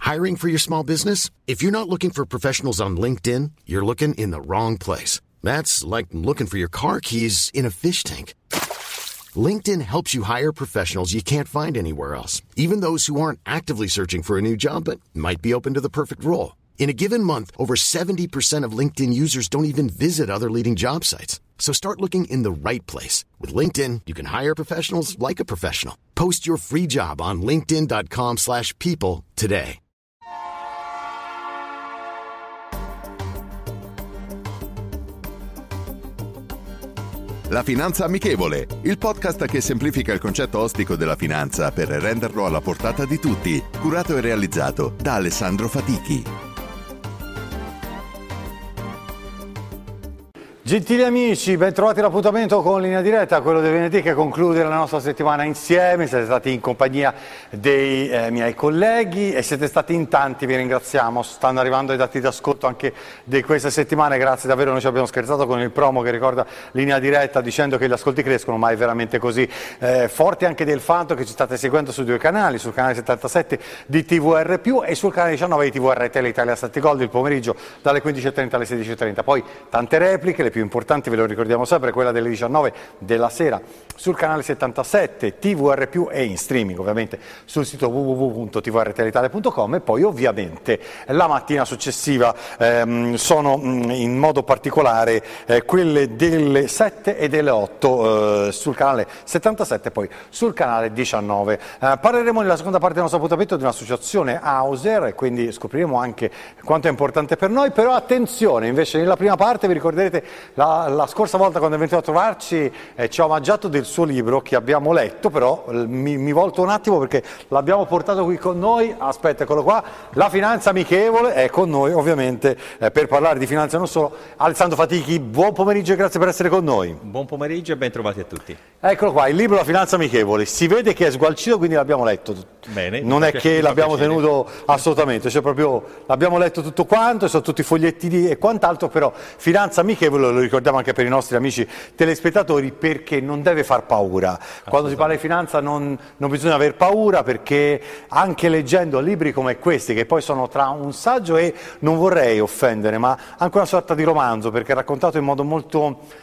Hiring for your small business? If you're not looking for professionals on LinkedIn, you're looking in the wrong place. That's like looking for your car keys in a fish tank. LinkedIn helps you hire professionals you can't find anywhere else, even those who aren't actively searching for a new job but might be open to the perfect role. In a given month, over 70% of LinkedIn users don't even visit other leading job sites. So start looking in the right place. With LinkedIn, you can hire professionals like a professional. Post your free job on linkedin.com/people today. La Finanza Amichevole, il podcast che semplifica il concetto ostico della finanza per renderlo alla portata di tutti, curato e realizzato da Alessandro Fatichi. Gentili amici, ben trovati all'appuntamento con Linea Diretta, quello del venerdì che conclude la nostra settimana insieme. Siete stati in compagnia dei miei colleghi e siete stati in tanti, vi ringraziamo. Stanno arrivando i dati d'ascolto anche di queste settimane, grazie davvero. Noi ci abbiamo scherzato con il promo che ricorda Linea Diretta dicendo che gli ascolti crescono, ma è veramente così. Forte anche del fatto che ci state seguendo su due canali, sul canale 77 di TVR+, e sul canale 19 di TVR Tele Italia 7 Gold, il pomeriggio dalle 15.30 alle 16.30. Poi tante repliche, le più importanti ve lo ricordiamo sempre, quella delle 19 della sera sul canale 77 TVR+, e in streaming ovviamente sul sito www.tvrtelitalia.com, e poi ovviamente la mattina successiva sono in modo particolare quelle delle 7 e delle 8 sul canale 77, poi sul canale 19. Parleremo nella seconda parte del nostro appuntamento di un'associazione Hauser e quindi scopriremo anche quanto è importante per noi. Però attenzione, invece nella prima parte vi ricorderete la scorsa volta quando è venuto a trovarci ci ha omaggiato del suo libro che abbiamo letto, però mi volto un attimo perché l'abbiamo portato qui con noi. Aspetta, eccolo qua, La Finanza Amichevole, è con noi ovviamente per parlare di finanza non solo. Alessandro Fatichi, buon pomeriggio e grazie per essere con noi. Buon pomeriggio e ben trovati a tutti. Eccolo qua, il libro La Finanza Amichevole, si vede che è sgualcito, quindi l'abbiamo letto. Bene. Non è che l'abbiamo tenuto assolutamente, cioè proprio l'abbiamo letto tutto quanto, sono tutti i foglietti e quant'altro, però Finanza Amichevole lo ricordiamo anche per i nostri amici telespettatori, perché non deve far paura. Quando si parla di finanza non bisogna aver paura, perché anche leggendo libri come questi, che poi sono tra un saggio e, non vorrei offendere, ma anche una sorta di romanzo, perché è raccontato in modo molto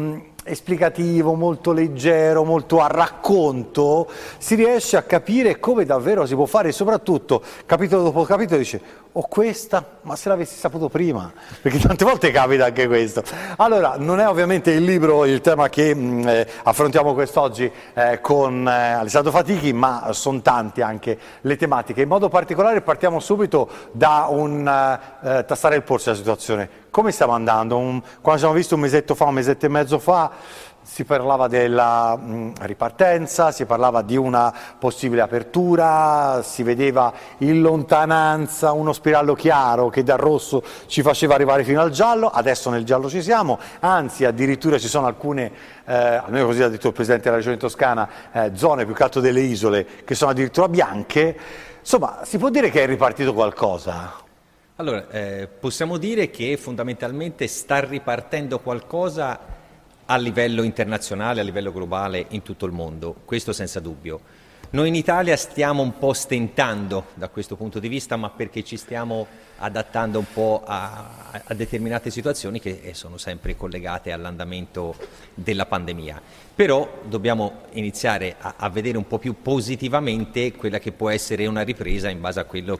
esplicativo, molto leggero, molto a racconto, si riesce a capire come davvero si può fare, e soprattutto capitolo dopo capitolo dice: oh, questa, ma se l'avessi saputo prima, perché tante volte capita anche questo. Allora, non è ovviamente il libro il tema che affrontiamo quest'oggi con Alessandro Fatichi, ma sono tanti anche le tematiche. In modo particolare partiamo subito da un tastare il polso della situazione. Come stiamo andando? Quando ci siamo visti un mesetto fa, un mesetto e mezzo fa, si parlava della ripartenza, si parlava di una possibile apertura, si vedeva in lontananza uno spiraglio chiaro che dal rosso ci faceva arrivare fino al giallo. Adesso nel giallo ci siamo, anzi addirittura ci sono alcune, almeno così ha detto il Presidente della Regione Toscana, zone più che altro delle isole che sono addirittura bianche. Insomma, si può dire che è ripartito qualcosa? Allora, possiamo dire che fondamentalmente sta ripartendo qualcosa a livello internazionale, a livello globale, in tutto il mondo, questo senza dubbio. Noi in Italia stiamo un po' stentando da questo punto di vista, ma perché ci stiamo adattando un po' a determinate situazioni che sono sempre collegate all'andamento della pandemia. Però dobbiamo iniziare a vedere un po' più positivamente quella che può essere una ripresa in base a quelli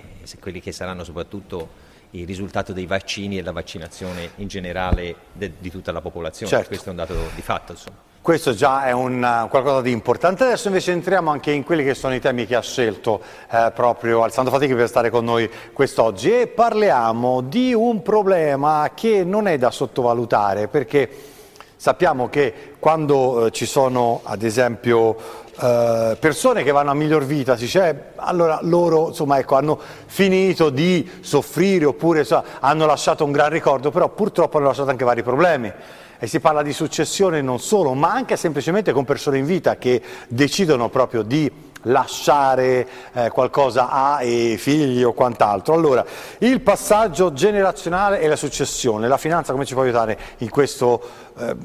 che saranno soprattutto il risultato dei vaccini e la vaccinazione in generale di tutta la popolazione. Certo. Questo è un dato di fatto, insomma. Questo già è qualcosa di importante. Adesso invece entriamo anche in quelli che sono i temi che ha scelto proprio Alessandro Fatichi per stare con noi quest'oggi, e parliamo di un problema che non è da sottovalutare, perché sappiamo che quando ci sono ad esempio persone che vanno a miglior vita, si dice allora loro insomma ecco hanno finito di soffrire, oppure hanno lasciato un gran ricordo, però purtroppo hanno lasciato anche vari problemi. E si parla di successione non solo, ma anche semplicemente con persone in vita che decidono proprio di lasciare qualcosa ai figli o quant'altro. Allora, il passaggio generazionale e la successione, la finanza come ci può aiutare in questo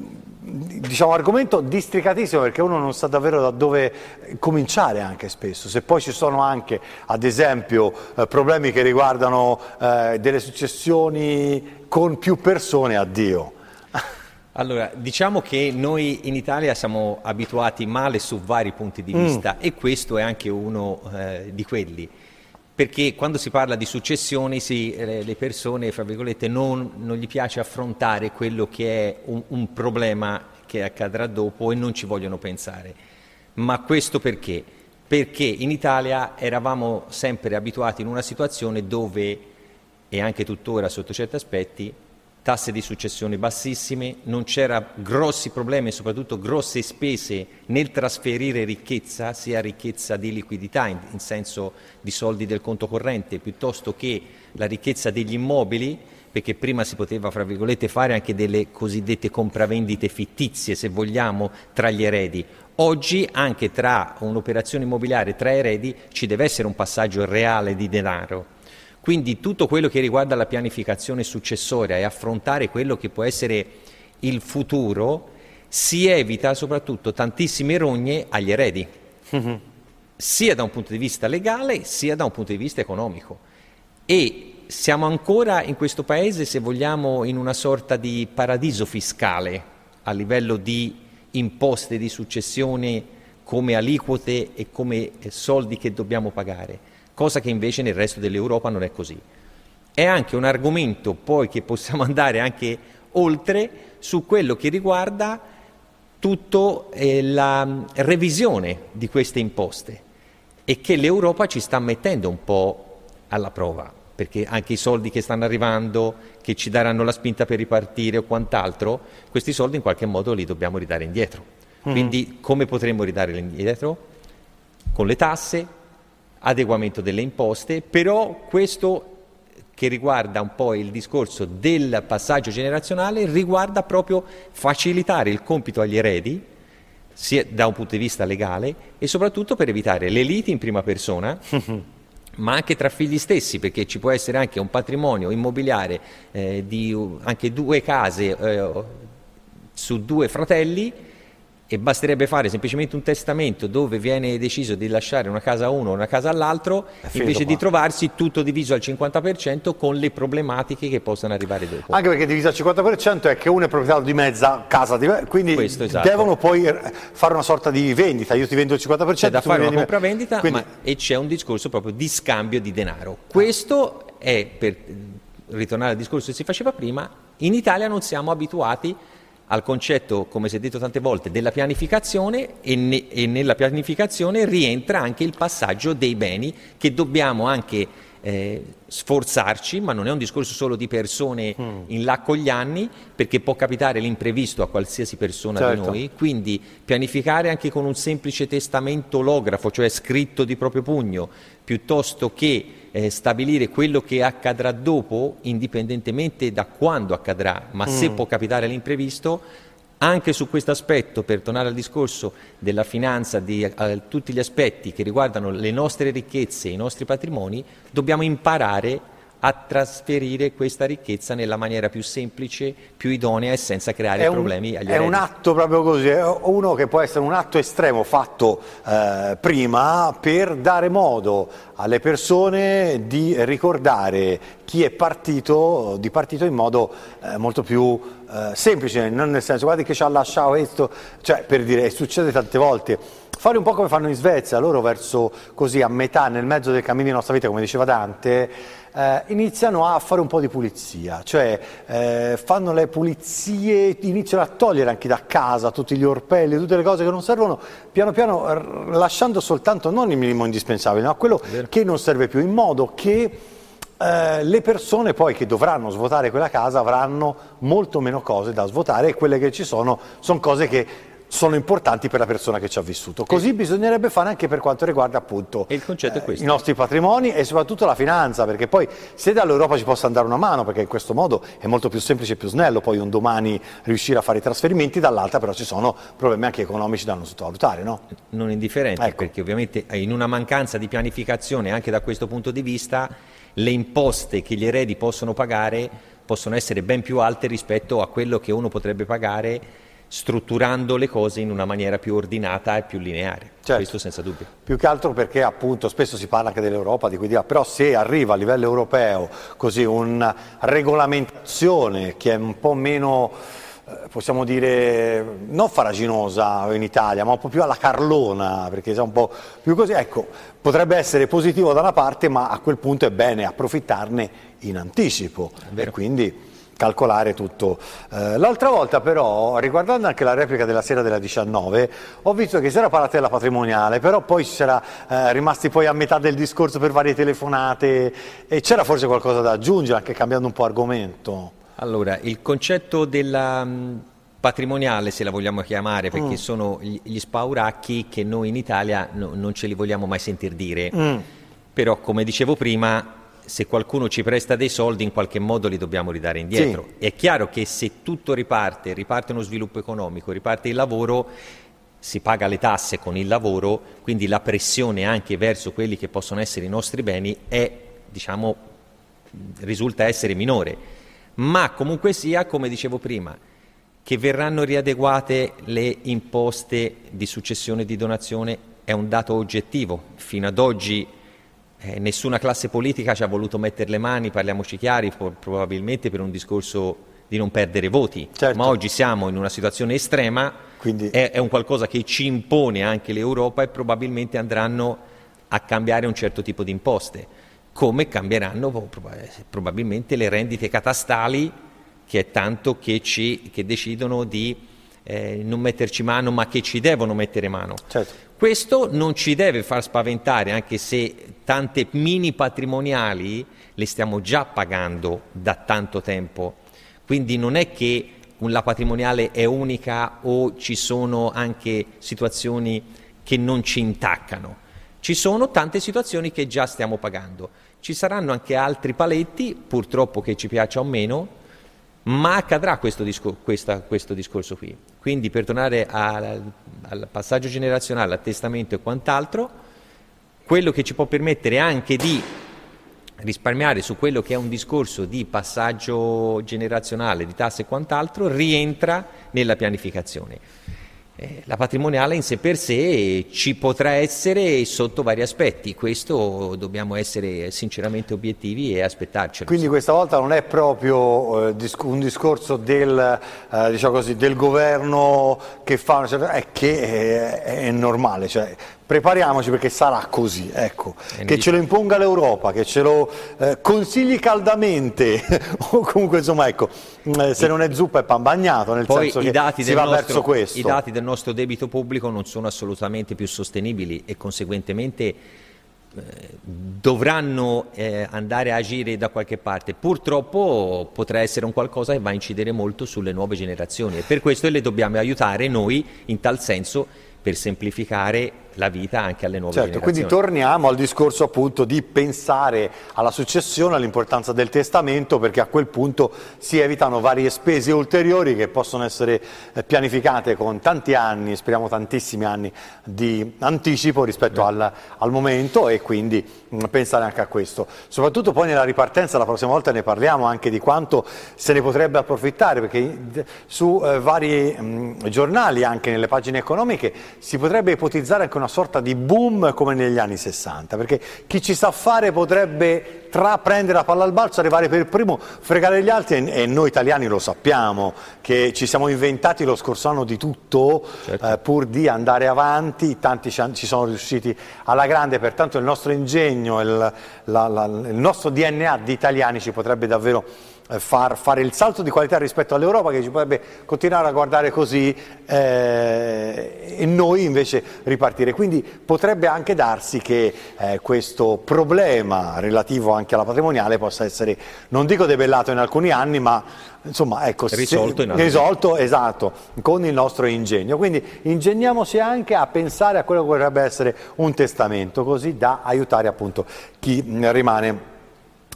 diciamo, argomento districatissimo, perché uno non sa davvero da dove cominciare anche spesso. Se poi ci sono anche, ad esempio, problemi che riguardano delle successioni con più persone, addio. Allora, diciamo che noi in Italia siamo abituati male su vari punti di vista e questo è anche uno di quelli, perché quando si parla di successioni le persone, fra virgolette, non gli piace affrontare quello che è un problema che accadrà dopo e non ci vogliono pensare. Ma questo perché? Perché in Italia eravamo sempre abituati in una situazione dove, e anche tuttora sotto certi aspetti, tasse di successione bassissime, non c'era grossi problemi e soprattutto grosse spese nel trasferire ricchezza, sia ricchezza di liquidità in senso di soldi del conto corrente, piuttosto che la ricchezza degli immobili, perché prima si poteva, fra virgolette, fare anche delle cosiddette compravendite fittizie, se vogliamo, tra gli eredi. Oggi anche tra un'operazione immobiliare tra eredi ci deve essere un passaggio reale di denaro. Quindi tutto quello che riguarda la pianificazione successoria e affrontare quello che può essere il futuro, si evita soprattutto tantissime rogne agli eredi, sia da un punto di vista legale sia da un punto di vista economico. E siamo ancora in questo paese, se vogliamo, in una sorta di paradiso fiscale a livello di imposte di successione come aliquote e come soldi che dobbiamo pagare, cosa che invece nel resto dell'Europa non è così. È anche un argomento poi che possiamo andare anche oltre su quello che riguarda tutto la revisione di queste imposte e che l'Europa ci sta mettendo un po' alla prova, perché anche i soldi che stanno arrivando, che ci daranno la spinta per ripartire o quant'altro, questi soldi in qualche modo li dobbiamo ridare indietro. Quindi come potremmo ridare indietro? Con le tasse, adeguamento delle imposte, però questo che riguarda un po' il discorso del passaggio generazionale riguarda proprio facilitare il compito agli eredi, sia da un punto di vista legale e soprattutto per evitare le liti in prima persona, ma anche tra figli stessi, perché ci può essere anche un patrimonio immobiliare di anche 2 case su 2 fratelli, e basterebbe fare semplicemente un testamento dove viene deciso di lasciare una casa a uno e una casa all'altro, invece di trovarsi tutto diviso al 50% con le problematiche che possono arrivare dopo. Anche perché diviso al 50% è che uno è proprietario di mezza casa, quindi questo, esatto, devono poi fare una sorta di vendita, io ti vendo il 50%. C'è da fare una compravendita, quindi... e c'è un discorso proprio di scambio di denaro. Questo è, per ritornare al discorso che si faceva prima, in Italia non siamo abituati al concetto, come si è detto tante volte, della pianificazione e nella pianificazione rientra anche il passaggio dei beni che dobbiamo anche sforzarci, ma non è un discorso solo di persone in là con gli anni, perché può capitare l'imprevisto a qualsiasi persona di noi, quindi pianificare anche con un semplice testamento olografo, cioè scritto di proprio pugno, piuttosto che stabilire quello che accadrà dopo, indipendentemente da quando accadrà, ma se può capitare l'imprevisto, anche su questo aspetto, per tornare al discorso della finanza, di tutti gli aspetti che riguardano le nostre ricchezze, i nostri patrimoni, dobbiamo imparare a trasferire questa ricchezza nella maniera più semplice, più idonea e senza creare problemi agli eredi. È un atto proprio così, è uno che può essere un atto estremo fatto prima per dare modo alle persone di ricordare chi è partito in modo molto più semplice, non nel senso guardi che ci ha lasciato questo, cioè per dire, e succede tante volte. Fare un po' come fanno in Svezia, loro verso così a metà, nel mezzo del cammino della nostra vita, come diceva Dante, iniziano a fare un po' di pulizia, cioè fanno le pulizie, iniziano a togliere anche da casa tutti gli orpelli, tutte le cose che non servono, piano piano lasciando soltanto non il minimo indispensabile, ma quello che non serve più, in modo che le persone poi che dovranno svuotare quella casa avranno molto meno cose da svuotare e quelle che ci sono cose che sono importanti per la persona che ci ha vissuto. Così bisognerebbe fare anche per quanto riguarda appunto il concetto è questo. I nostri patrimoni e soprattutto la finanza, perché poi se dall'Europa ci possa andare una mano, perché in questo modo è molto più semplice e più snello poi un domani riuscire a fare i trasferimenti, dall'altra però ci sono problemi anche economici da non sottovalutare, no? Non indifferenti, perché ovviamente in una mancanza di pianificazione anche da questo punto di vista le imposte che gli eredi possono pagare possono essere ben più alte rispetto a quello che uno potrebbe pagare strutturando le cose in una maniera più ordinata e più lineare. Certo. Questo senza dubbio. Più che altro perché appunto spesso si parla anche dell'Europa, di cui dirà, però se arriva a livello europeo così una regolamentazione che è un po' meno, possiamo dire, non farraginosa in Italia, ma un po' più alla Carlona, perché è un po' più così, ecco, potrebbe essere positivo da una parte, ma a quel punto è bene approfittarne in anticipo e quindi calcolare tutto. L'altra volta però, riguardando anche la replica della sera della 19, ho visto che si era parlato della patrimoniale, però poi si era rimasti poi a metà del discorso per varie telefonate e c'era forse qualcosa da aggiungere, anche cambiando un po' argomento. Allora, il concetto della patrimoniale, se la vogliamo chiamare, perché sono gli spauracchi che noi in Italia non ce li vogliamo mai sentir dire, però come dicevo prima, se qualcuno ci presta dei soldi in qualche modo li dobbiamo ridare indietro. Sì. È chiaro che se tutto riparte uno sviluppo economico, riparte il lavoro, si paga le tasse con il lavoro, quindi la pressione anche verso quelli che possono essere i nostri beni risulta essere minore. Ma comunque sia, come dicevo prima, che verranno riadeguate le imposte di successione e di donazione è un dato oggettivo. Fino ad oggi nessuna classe politica ci ha voluto mettere le mani, parliamoci chiari, probabilmente per un discorso di non perdere voti, certo. Ma oggi siamo in una situazione estrema, quindi è un qualcosa che ci impone anche l'Europa e probabilmente andranno a cambiare un certo tipo di imposte, come cambieranno probabilmente le rendite catastali, che è tanto che decidono di non metterci mano, ma che ci devono mettere mano. Certo. Questo non ci deve far spaventare, anche se tante mini patrimoniali le stiamo già pagando da tanto tempo. Quindi non è che la patrimoniale è unica o ci sono anche situazioni che non ci intaccano. Ci sono tante situazioni che già stiamo pagando. Ci saranno anche altri paletti, purtroppo che ci piaccia o meno, ma accadrà questo discorso qui. Quindi per tornare al passaggio generazionale, al testamento e quant'altro, quello che ci può permettere anche di risparmiare su quello che è un discorso di passaggio generazionale, di tasse e quant'altro, rientra nella pianificazione. La patrimoniale in sé per sé ci potrà essere sotto vari aspetti, questo dobbiamo essere sinceramente obiettivi e aspettarcelo. Quindi questa volta non è proprio un discorso del governo che fa è normale, cioè prepariamoci perché sarà così, ecco, che ce lo imponga l'Europa, che ce lo consigli caldamente, o comunque insomma ecco, se non è zuppa è pan bagnato, nel senso che si va verso questo. I dati del nostro debito pubblico non sono assolutamente più sostenibili e conseguentemente dovranno andare a agire da qualche parte. Purtroppo potrà essere un qualcosa che va a incidere molto sulle nuove generazioni e per questo le dobbiamo aiutare noi in tal senso per semplificare la vita anche alle nuove generazioni. Quindi torniamo al discorso appunto di pensare alla successione, all'importanza del testamento, perché a quel punto si evitano varie spese ulteriori che possono essere pianificate con tanti anni, speriamo tantissimi anni di anticipo rispetto al momento, e quindi pensare anche a questo. Soprattutto poi nella ripartenza, la prossima volta ne parliamo anche di quanto se ne potrebbe approfittare, perché su vari giornali, anche nelle pagine economiche, si potrebbe ipotizzare anche una sorta di boom come negli anni 60, perché chi ci sa fare potrebbe prendere la palla al balzo, arrivare per primo, fregare gli altri, e noi italiani lo sappiamo che ci siamo inventati lo scorso anno di tutto, certo. Pur di andare avanti, tanti ci sono riusciti alla grande, pertanto il nostro ingegno, il nostro DNA di italiani ci potrebbe davvero fare il salto di qualità rispetto all'Europa, che ci potrebbe continuare a guardare così e noi invece ripartire. Quindi potrebbe anche darsi che questo problema relativo anche alla patrimoniale possa essere, non dico debellato in alcuni anni, ma insomma ecco, risolto, esatto, con il nostro ingegno. Quindi ingegniamoci anche a pensare a quello che potrebbe essere un testamento, così da aiutare appunto chi rimane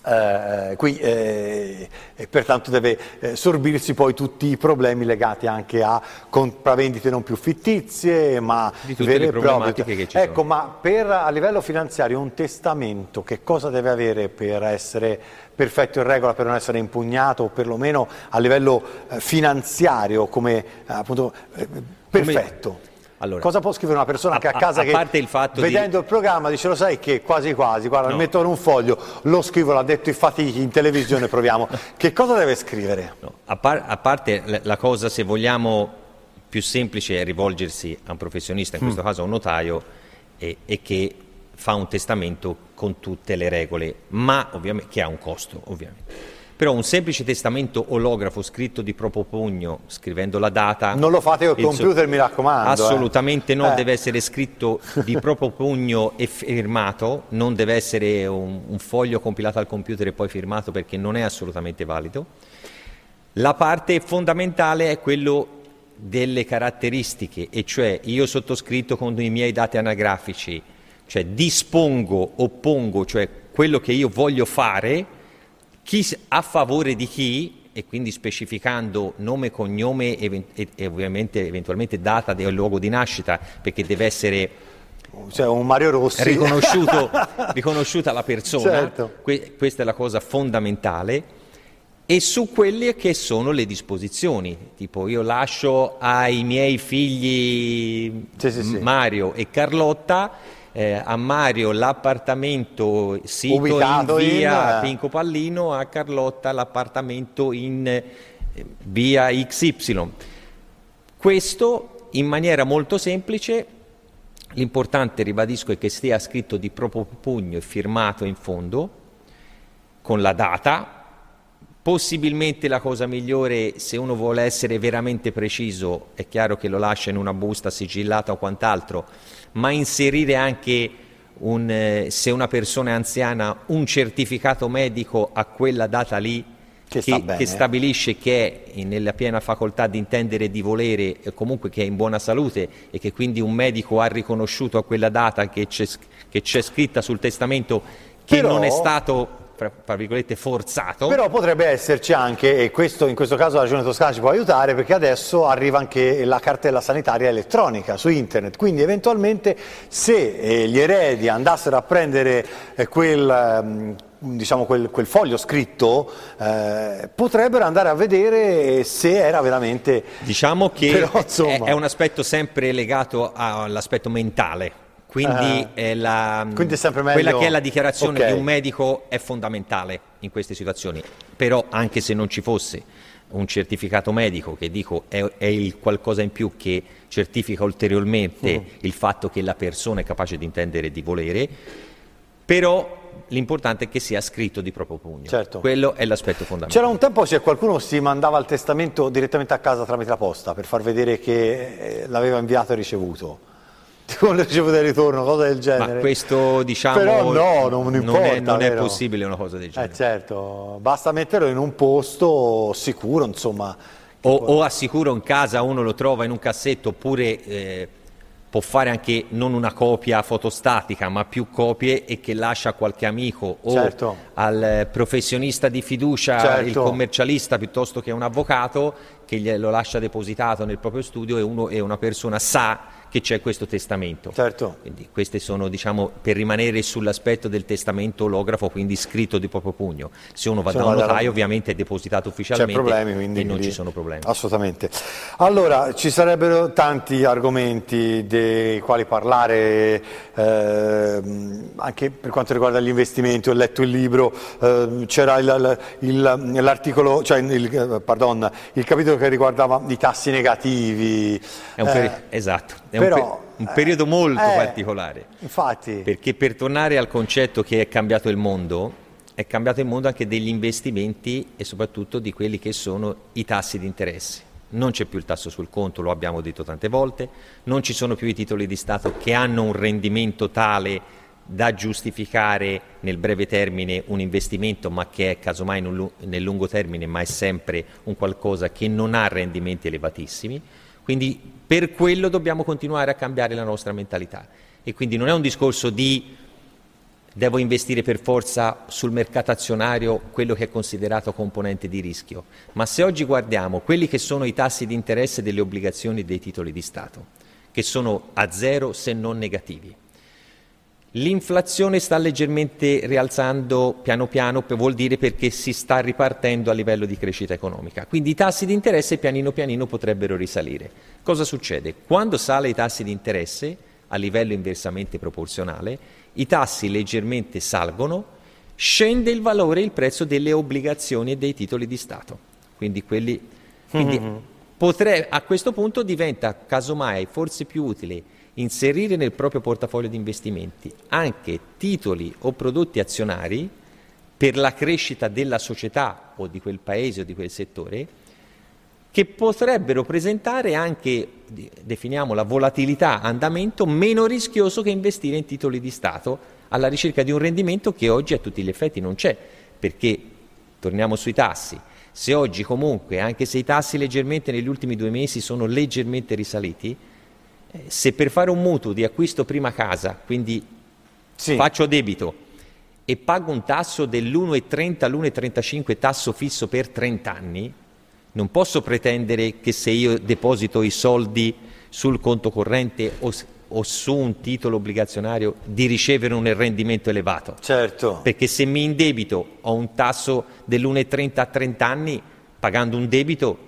pertanto deve sorbirsi poi tutti i problemi legati anche a compravendite non più fittizie, ma di tutte vere le e proprie. problematiche che ci Ecco, sono. ma a livello finanziario un testamento che cosa deve avere per essere perfetto in regola, per non essere impugnato, o perlomeno a livello finanziario come appunto perfetto? Allora, cosa può scrivere una persona che a casa, a parte il fatto vedendo il programma dice lo sai che quasi quasi, guarda, No. mi metto in un foglio, lo scrivo, l'ha detto i fatichi, in televisione proviamo. Che cosa deve scrivere? No, a parte la cosa, se vogliamo, più semplice è rivolgersi a un professionista, in questo caso a un notaio, e che fa un testamento con tutte le regole, ma ovviamente che ha un costo, ovviamente. Però un semplice testamento olografo scritto di proprio pugno, scrivendo la data... Non lo fate col computer, mi raccomando. Assolutamente no, deve essere scritto di proprio pugno e firmato, non deve essere un foglio compilato al computer e poi firmato, perché non è assolutamente valido. La parte fondamentale è quello delle caratteristiche, e cioè io sottoscritto con i miei dati anagrafici, cioè dispongo, oppongo, cioè quello che io voglio fare, chi a favore di chi, e quindi specificando nome, cognome e ovviamente eventualmente data del luogo di nascita, perché deve essere cioè un Mario Rossi riconosciuta la persona. Certo. Questa è la cosa fondamentale. E su quelle che sono le disposizioni, tipo io lascio ai miei figli Sì. Mario e Carlotta, a Mario l'appartamento sito ubicato in via in Pinco Pallino, a Carlotta l'appartamento in via XY. Questo in maniera molto semplice. L'importante, ribadisco, è che sia scritto di proprio pugno e firmato in fondo con la data. Possibilmente la cosa migliore, se uno vuole essere veramente preciso, è chiaro che lo lascia in una busta sigillata o quant'altro, ma inserire anche, se una persona è anziana, un certificato medico a quella data lì, che stabilisce che è nella piena facoltà di intendere e di volere, e comunque che è in buona salute, e che quindi un medico ha riconosciuto a quella data che c'è scritta sul testamento che non è stato, tra virgolette, forzato. Però potrebbe esserci anche, e questo in questo caso la Regione Toscana ci può aiutare, perché adesso arriva anche la cartella sanitaria elettronica su internet, quindi eventualmente se gli eredi andassero a prendere quel foglio scritto, potrebbero andare a vedere se era veramente... Diciamo che però, insomma... è un aspetto sempre legato all'aspetto mentale. Quindi, quindi è sempre meglio... quella che è la dichiarazione di un medico è fondamentale in queste situazioni. Però anche se non ci fosse un certificato medico che è il qualcosa in più che certifica ulteriormente il fatto che la persona è capace di intendere e di volere, però l'importante è che sia scritto di proprio pugno. Certo. Quello è l'aspetto fondamentale. C'era un tempo se qualcuno si mandava il testamento direttamente a casa tramite la posta per far vedere che l'aveva inviato e ricevuto. Con le ricevute di ritorno, cose del genere. Ma questo, diciamo, però no, non importa, non è vero? possibile una cosa del genere. Certo, basta metterlo in un posto sicuro, insomma. O assicuro in casa, uno lo trova in un cassetto, oppure può fare anche non una copia fotostatica, ma più copie, e che lascia a qualche amico o al professionista di fiducia, il commercialista piuttosto che un avvocato, che glielo lascia depositato nel proprio studio, e una persona sa che c'è questo testamento. Certo. Quindi queste sono, diciamo, per rimanere sull'aspetto del testamento olografo, quindi scritto di proprio pugno. Se uno va da un notaio, ovviamente è depositato ufficialmente, e non ci sono problemi. Assolutamente. Allora, ci sarebbero tanti argomenti dei quali parlare, anche per quanto riguarda gli investimenti. Ho letto il libro, c'era l'articolo, cioè il capitolo che riguardava i tassi negativi. Esatto. È un periodo molto particolare. Infatti. Perché, per tornare al concetto che è cambiato il mondo anche degli investimenti, e soprattutto di quelli che sono i tassi di interesse. Non c'è più il tasso sul conto, lo abbiamo detto tante volte, non ci sono più i titoli di Stato che hanno un rendimento tale da giustificare nel breve termine un investimento, ma che è casomai nel lungo termine, ma è sempre un qualcosa che non ha rendimenti elevatissimi. Quindi per quello dobbiamo continuare a cambiare la nostra mentalità, e quindi non è un discorso di devo investire per forza sul mercato azionario quello che è considerato componente di rischio. Ma se oggi guardiamo quelli che sono i tassi di interesse delle obbligazioni e dei titoli di Stato, che sono a zero se non negativi, l'inflazione sta leggermente rialzando piano piano, vuol dire perché si sta ripartendo a livello di crescita economica. Quindi i tassi di interesse pianino pianino potrebbero risalire. Cosa succede? Quando sale i tassi di interesse a livello inversamente proporzionale, i tassi leggermente salgono, scende il valore e il prezzo delle obbligazioni e dei titoli di Stato. Quindi a questo punto diventa casomai forse più utile inserire nel proprio portafoglio di investimenti anche titoli o prodotti azionari per la crescita della società o di quel paese o di quel settore, che potrebbero presentare anche, definiamo, la volatilità, andamento meno rischioso che investire in titoli di Stato alla ricerca di un rendimento che oggi a tutti gli effetti non c'è, perché, torniamo sui tassi, se oggi comunque, anche se i tassi leggermente negli ultimi 2 mesi sono leggermente risaliti, se per fare un mutuo di acquisto prima casa, quindi faccio debito e pago un tasso dell'1,30 all'1,35 tasso fisso per 30 anni, non posso pretendere che se io deposito i soldi sul conto corrente o su un titolo obbligazionario di ricevere un rendimento elevato. Certo. Perché se mi indebito ho un tasso dell'1,30 a 30 anni, pagando un debito,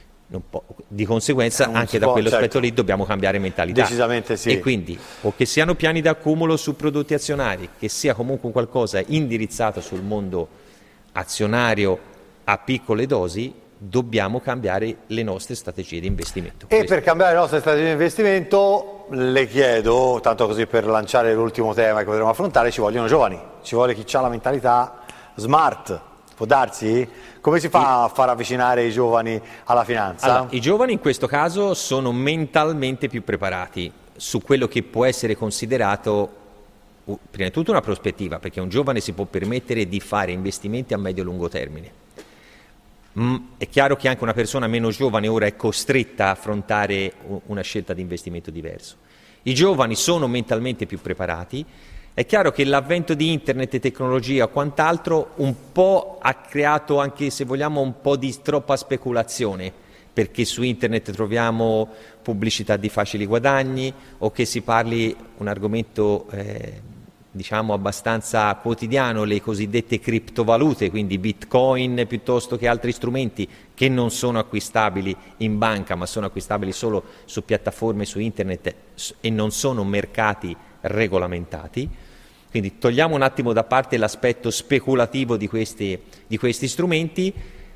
di conseguenza anche da quell'aspetto lì dobbiamo cambiare mentalità. Decisamente sì. E quindi o che siano piani d'accumulo su prodotti azionari, che sia comunque qualcosa indirizzato sul mondo azionario a piccole dosi, dobbiamo cambiare le nostre strategie di investimento. E per cambiare le nostre strategie di investimento le chiedo, tanto così per lanciare l'ultimo tema che potremo affrontare, ci vogliono giovani, ci vuole chi ha la mentalità smart, può darsi? Come si fa a far avvicinare i giovani alla finanza? Allora, i giovani in questo caso sono mentalmente più preparati su quello che può essere considerato prima di tutto una prospettiva, perché un giovane si può permettere di fare investimenti a medio-lungo termine. È chiaro che anche una persona meno giovane ora è costretta a affrontare una scelta di investimento diverso. I giovani sono mentalmente più preparati. È chiaro che l'avvento di internet e tecnologia o quant'altro un po' ha creato anche, se vogliamo, un po' di troppa speculazione, perché su internet troviamo pubblicità di facili guadagni o che si parli un argomento diciamo abbastanza quotidiano, le cosiddette criptovalute, quindi bitcoin piuttosto che altri strumenti che non sono acquistabili in banca ma sono acquistabili solo su piattaforme su internet e non sono mercati regolamentati. Quindi togliamo un attimo da parte l'aspetto speculativo di questi strumenti.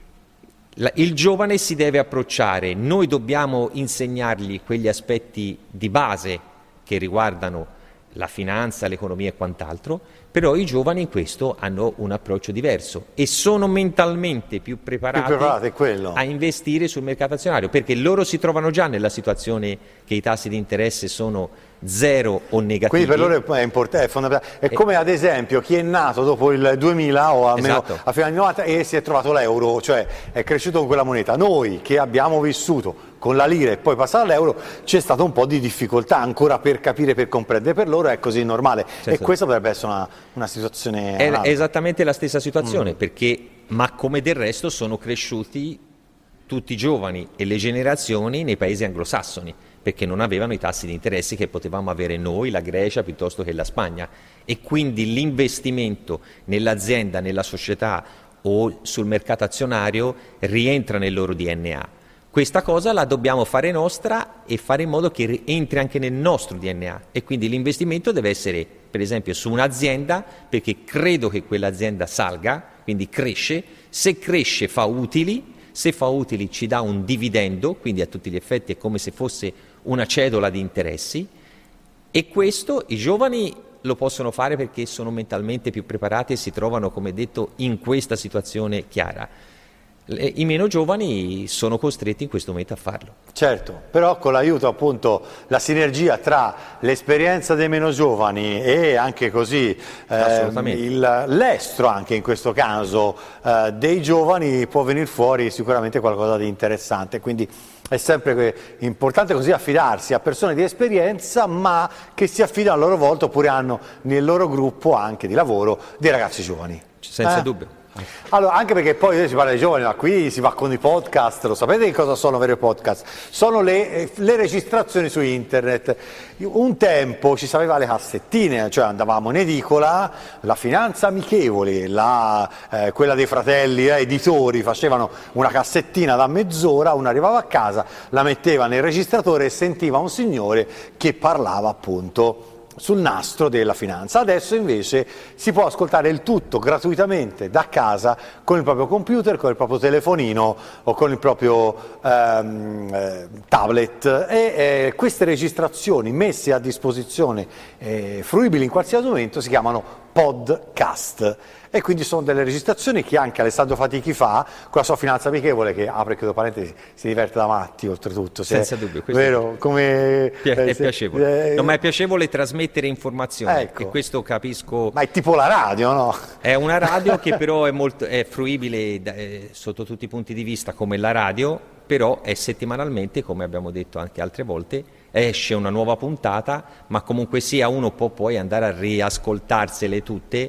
Il giovane si deve approcciare, noi dobbiamo insegnargli quegli aspetti di base che riguardano la finanza, l'economia e quant'altro, però i giovani in questo hanno un approccio diverso e sono mentalmente più preparati a investire sul mercato azionario, perché loro si trovano già nella situazione che i tassi di interesse sono zero o negativi. Quindi per loro è importante, è fondamentale. È come ad esempio chi è nato dopo il 2000 o almeno a fine anni 90 e si è trovato l'euro, cioè è cresciuto con quella moneta. Noi che abbiamo vissuto con la lira e poi passato all'euro c'è stata un po' di difficoltà ancora per capire, per comprendere. Per loro è così normale e questa potrebbe essere una situazione è esattamente la stessa situazione, ma come del resto sono cresciuti tutti i giovani e le generazioni nei paesi anglosassoni, perché non avevano i tassi di interessi che potevamo avere noi, la Grecia piuttosto che la Spagna, e quindi l'investimento nell'azienda, nella società o sul mercato azionario rientra nel loro DNA. Questa cosa la dobbiamo fare nostra e fare in modo che entri anche nel nostro DNA, e quindi l'investimento deve essere per esempio su un'azienda perché credo che quell'azienda salga, quindi cresce, se cresce fa utili, se fa utili ci dà un dividendo, quindi a tutti gli effetti è come se fosse una cedola di interessi, e questo i giovani lo possono fare perché sono mentalmente più preparati e si trovano, come detto, in questa situazione chiara. I meno giovani sono costretti in questo momento a farlo. Certo, però con l'aiuto appunto, la sinergia tra l'esperienza dei meno giovani e anche così l'estro anche in questo caso dei giovani può venire fuori sicuramente qualcosa di interessante, quindi È sempre importante così affidarsi a persone di esperienza, ma che si affidano a loro volta oppure hanno nel loro gruppo anche di lavoro dei ragazzi giovani. Senza dubbio. Allora, anche perché poi si parla di giovani, ma qui si va con i podcast, lo sapete che cosa sono veri podcast? Sono le registrazioni su internet. Un tempo ci sapeva le cassettine, cioè andavamo in edicola, la Finanza Amichevole, quella dei fratelli editori facevano una cassettina da mezz'ora, uno arrivava a casa, la metteva nel registratore e sentiva un signore che parlava appunto sul nastro della finanza. Adesso invece si può ascoltare il tutto gratuitamente da casa con il proprio computer, con il proprio telefonino o con il proprio tablet e queste registrazioni messe a disposizione fruibili in qualsiasi momento si chiamano podcast e quindi sono delle registrazioni che anche Alessandro Fatichi fa con la sua Finanza Amichevole, che apre e chiudo parentesi, si diverte da matti oltretutto. Senza dubbio, vero? Come, è piacevole. No, ma è piacevole trasmettere informazioni, ecco. E questo capisco. Ma è tipo la radio, no? È una radio che però è fruibile sotto tutti i punti di vista come la radio, però è settimanalmente, come abbiamo detto anche altre volte, esce una nuova puntata, ma comunque sia uno può poi andare a riascoltarsele tutte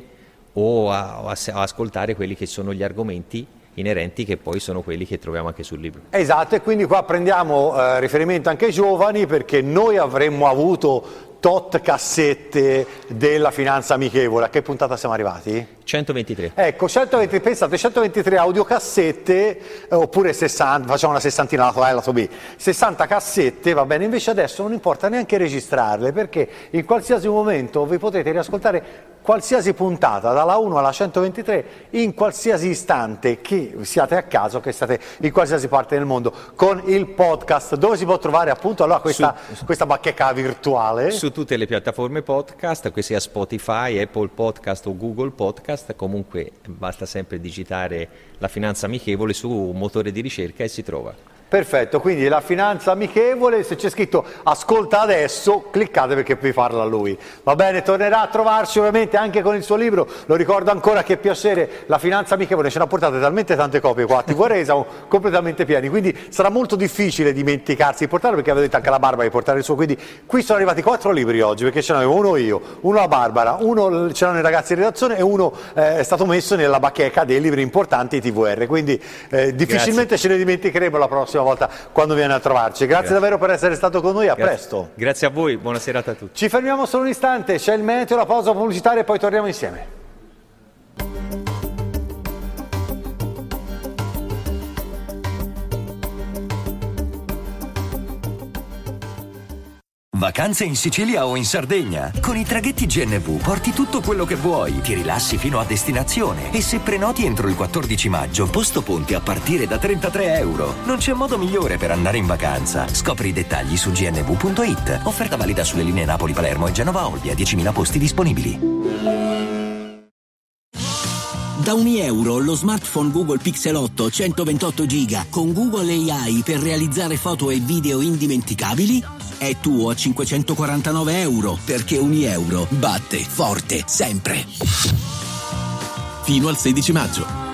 o a ascoltare quelli che sono gli argomenti inerenti, che poi sono quelli che troviamo anche sul libro. Esatto, e quindi qua prendiamo riferimento anche ai giovani, perché noi avremmo avuto tot cassette della Finanza Amichevole. A che puntata siamo arrivati? 123. Ecco, 123, pensate, 123 audiocassette, oppure 60, facciamo una sessantina lato A e lato B, 60 cassette, va bene, invece adesso non importa neanche registrarle, perché in qualsiasi momento vi potete riascoltare qualsiasi puntata, dalla 1 alla 123, in qualsiasi istante che siate a casa o che state in qualsiasi parte del mondo, con il podcast, dove si può trovare appunto allora questa bacheca virtuale? Su tutte le piattaforme podcast, che sia Spotify, Apple Podcast o Google Podcast. Comunque basta sempre digitare la Finanza Amichevole su un motore di ricerca e si trova. Perfetto, quindi la Finanza Amichevole, se c'è scritto ascolta adesso, cliccate perché vi parla lui. Va bene, tornerà a trovarci ovviamente anche con il suo libro, lo ricordo ancora, che piacere, la Finanza Amichevole, ce ne ha portate talmente tante copie qua a TV, siamo completamente pieni, quindi sarà molto difficile dimenticarsi di portarlo, perché avete detto anche la Barbara di portare il suo, quindi qui sono arrivati 4 libri oggi, perché ce n'avevo uno io, uno la Barbara, uno c'erano i ragazzi in redazione e uno è stato messo nella bacheca dei libri importanti TVR, quindi difficilmente ce ne dimenticheremo la prossima volta quando viene a trovarci. Grazie davvero per essere stato con noi, a presto. Grazie a voi, buona serata a tutti. Ci fermiamo solo un istante, c'è il meteo, la pausa pubblicitaria e poi torniamo insieme. Vacanze in Sicilia o in Sardegna? Con i traghetti GNV porti tutto quello che vuoi, ti rilassi fino a destinazione e se prenoti entro il 14 maggio, posto ponti a partire da €33. Non c'è modo migliore per andare in vacanza. Scopri i dettagli su gnv.it. Offerta valida sulle linee Napoli-Palermo e Genova-Olbia, 10.000 posti disponibili. Da €1 lo smartphone Google Pixel 8 128 GB con Google AI per realizzare foto e video indimenticabili è tuo a €549, perché €1 batte forte sempre. Fino al 16 maggio.